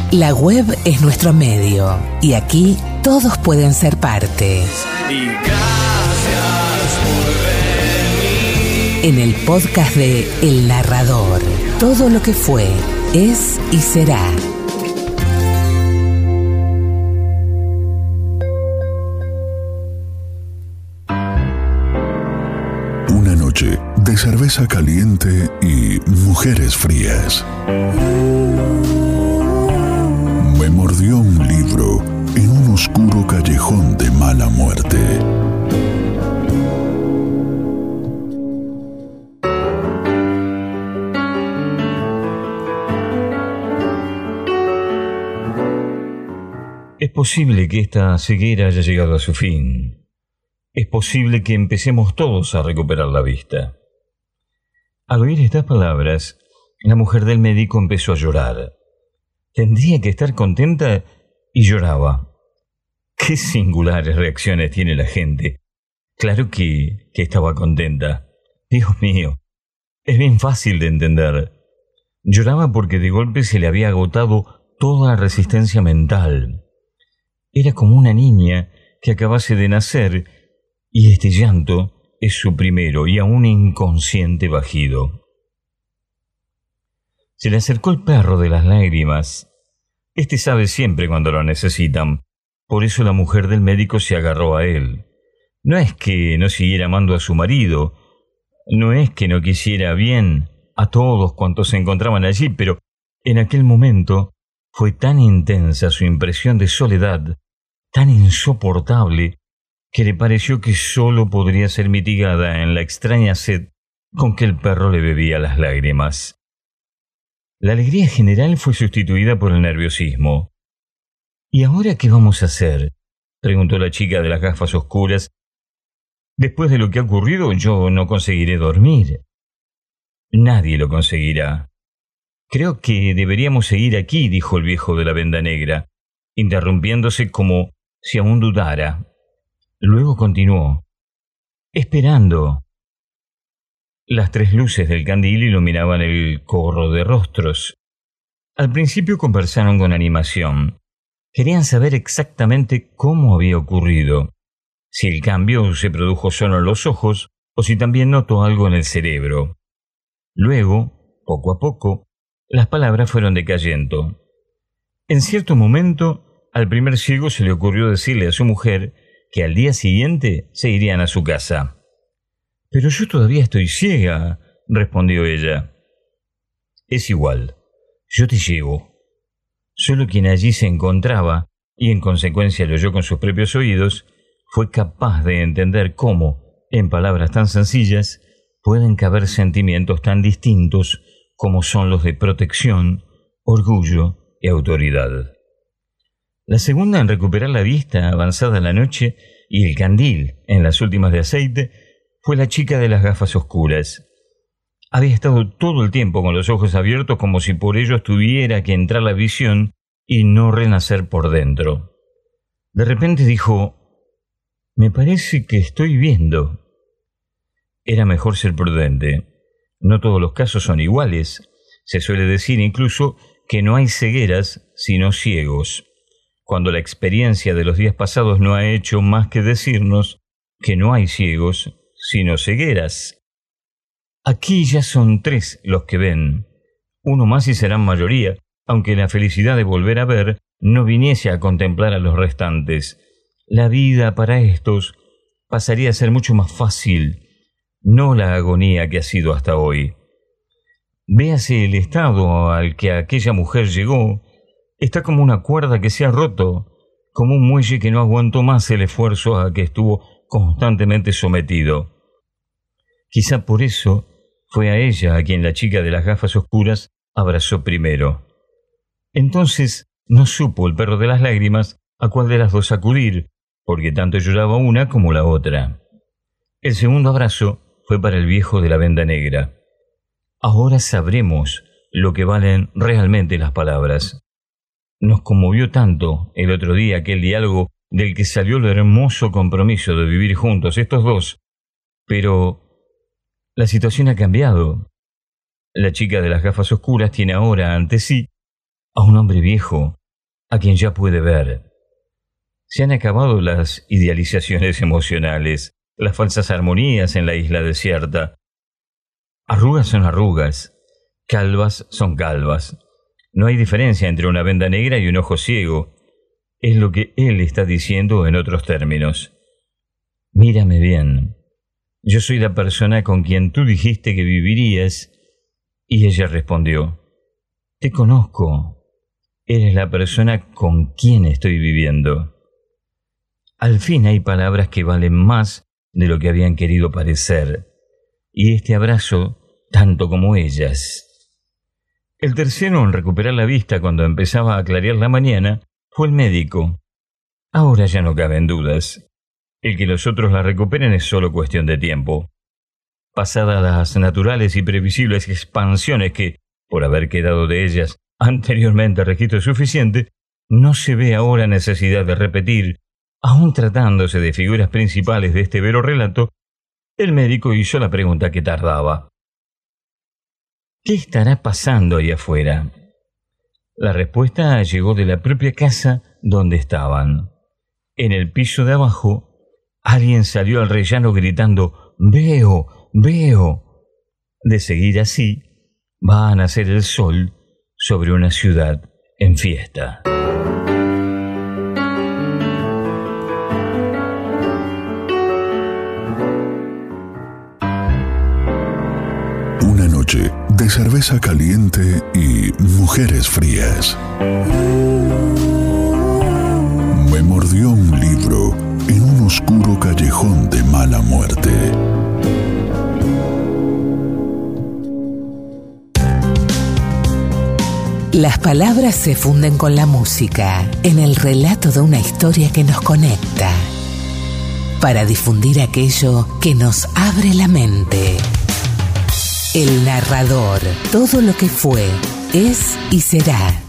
La web es nuestro medio y aquí todos pueden ser parte. Y gracias por venir. En el podcast de El Narrador, todo lo que fue, es y será. Una noche de cerveza caliente y mujeres frías. Me mordió un libro en un oscuro callejón de mala muerte. Es posible que esta ceguera haya llegado a su fin. Es posible que empecemos todos a recuperar la vista. Al oír estas palabras, la mujer del médico empezó a llorar. Tendría que estar contenta y lloraba. Qué singulares reacciones tiene la gente. Claro que estaba contenta. Dios mío, es bien fácil de entender. Lloraba porque de golpe se le había agotado toda resistencia mental. Era como una niña que acabase de nacer y este llanto es su primero y aún inconsciente bajido. Se le acercó el perro de las lágrimas. Este sabe siempre cuando lo necesitan. Por eso la mujer del médico se agarró a él. No es que no siguiera amando a su marido. No es que no quisiera bien a todos cuantos se encontraban allí, pero en aquel momento fue tan intensa su impresión de soledad, tan insoportable, que le pareció que solo podría ser mitigada en la extraña sed con que el perro le bebía las lágrimas. La alegría general fue sustituida por el nerviosismo. ¿Y ahora qué vamos a hacer?, preguntó la chica de las gafas oscuras. Después de lo que ha ocurrido, yo no conseguiré dormir. Nadie lo conseguirá. Creo que deberíamos seguir aquí, dijo el viejo de la venda negra, interrumpiéndose como si aún dudara. Luego continuó: esperando. Las tres luces del candil iluminaban el corro de rostros. Al principio conversaron con animación. Querían saber exactamente cómo había ocurrido, si el cambio se produjo solo en los ojos o si también notó algo en el cerebro. Luego, poco a poco, las palabras fueron decayendo. En cierto momento, al primer ciego se le ocurrió decirle a su mujer que al día siguiente se irían a su casa. «Pero yo todavía estoy ciega», respondió ella. «Es igual, yo te llevo». Solo quien allí se encontraba, y en consecuencia lo oyó con sus propios oídos, fue capaz de entender cómo, en palabras tan sencillas, pueden caber sentimientos tan distintos como son los de protección, orgullo y autoridad. La segunda en recuperar la vista avanzada la noche y el candil en las últimas de aceite fue la chica de las gafas oscuras. Había estado todo el tiempo con los ojos abiertos como si por ellos tuviera que entrar la visión y no renacer por dentro. De repente dijo: «Me parece que estoy viendo». Era mejor ser prudente. No todos los casos son iguales. Se suele decir incluso que no hay cegueras sino ciegos, cuando la experiencia de los días pasados no ha hecho más que decirnos que no hay ciegos sino cegueras. Aquí ya son tres los que ven, uno más y serán mayoría, aunque la felicidad de volver a ver no viniese a contemplar a los restantes. La vida para estos pasaría a ser mucho más fácil, no la agonía que ha sido hasta hoy. Véase el estado al que aquella mujer llegó. Está como una cuerda que se ha roto, como un muelle que no aguantó más el esfuerzo a que estuvo constantemente sometido. Quizá por eso fue a ella a quien la chica de las gafas oscuras abrazó primero. Entonces no supo el perro de las lágrimas a cuál de las dos acudir, porque tanto lloraba una como la otra. El segundo abrazo fue para el viejo de la venda negra. Ahora sabremos lo que valen realmente las palabras. Nos conmovió tanto el otro día aquel diálogo del que salió el hermoso compromiso de vivir juntos estos dos, pero la situación ha cambiado. La chica de las gafas oscuras tiene ahora ante sí a un hombre viejo, a quien ya puede ver. Se han acabado las idealizaciones emocionales, las falsas armonías en la isla desierta. Arrugas son arrugas, calvas son calvas. No hay diferencia entre una venda negra y un ojo ciego. Es lo que él está diciendo en otros términos. Mírame bien. Yo soy la persona con quien tú dijiste que vivirías. Y ella respondió, te conozco. Eres la persona con quien estoy viviendo. Al fin hay palabras que valen más de lo que habían querido parecer. Y este abrazo, tanto como ellas. El tercero en recuperar la vista cuando empezaba a clarear la mañana fue el médico. Ahora ya no caben dudas. El que los otros la recuperen es solo cuestión de tiempo. Pasadas las naturales y previsibles expansiones que, por haber quedado de ellas anteriormente registro suficiente, no se ve ahora necesidad de repetir, aun tratándose de figuras principales de este vero relato, el médico hizo la pregunta que tardaba. ¿Qué estará pasando ahí afuera? La respuesta llegó de la propia casa donde estaban. En el piso de abajo, alguien salió al rellano gritando «¡Veo! ¡Veo!». De seguir así, va a nacer el sol sobre una ciudad en fiesta. Una noche de cerveza caliente y mujeres frías. Me mordió un libro en un oscuro callejón de mala muerte. Las palabras se funden con la música en el relato de una historia que nos conecta para difundir aquello que nos abre la mente. El narrador, todo lo que fue, es y será.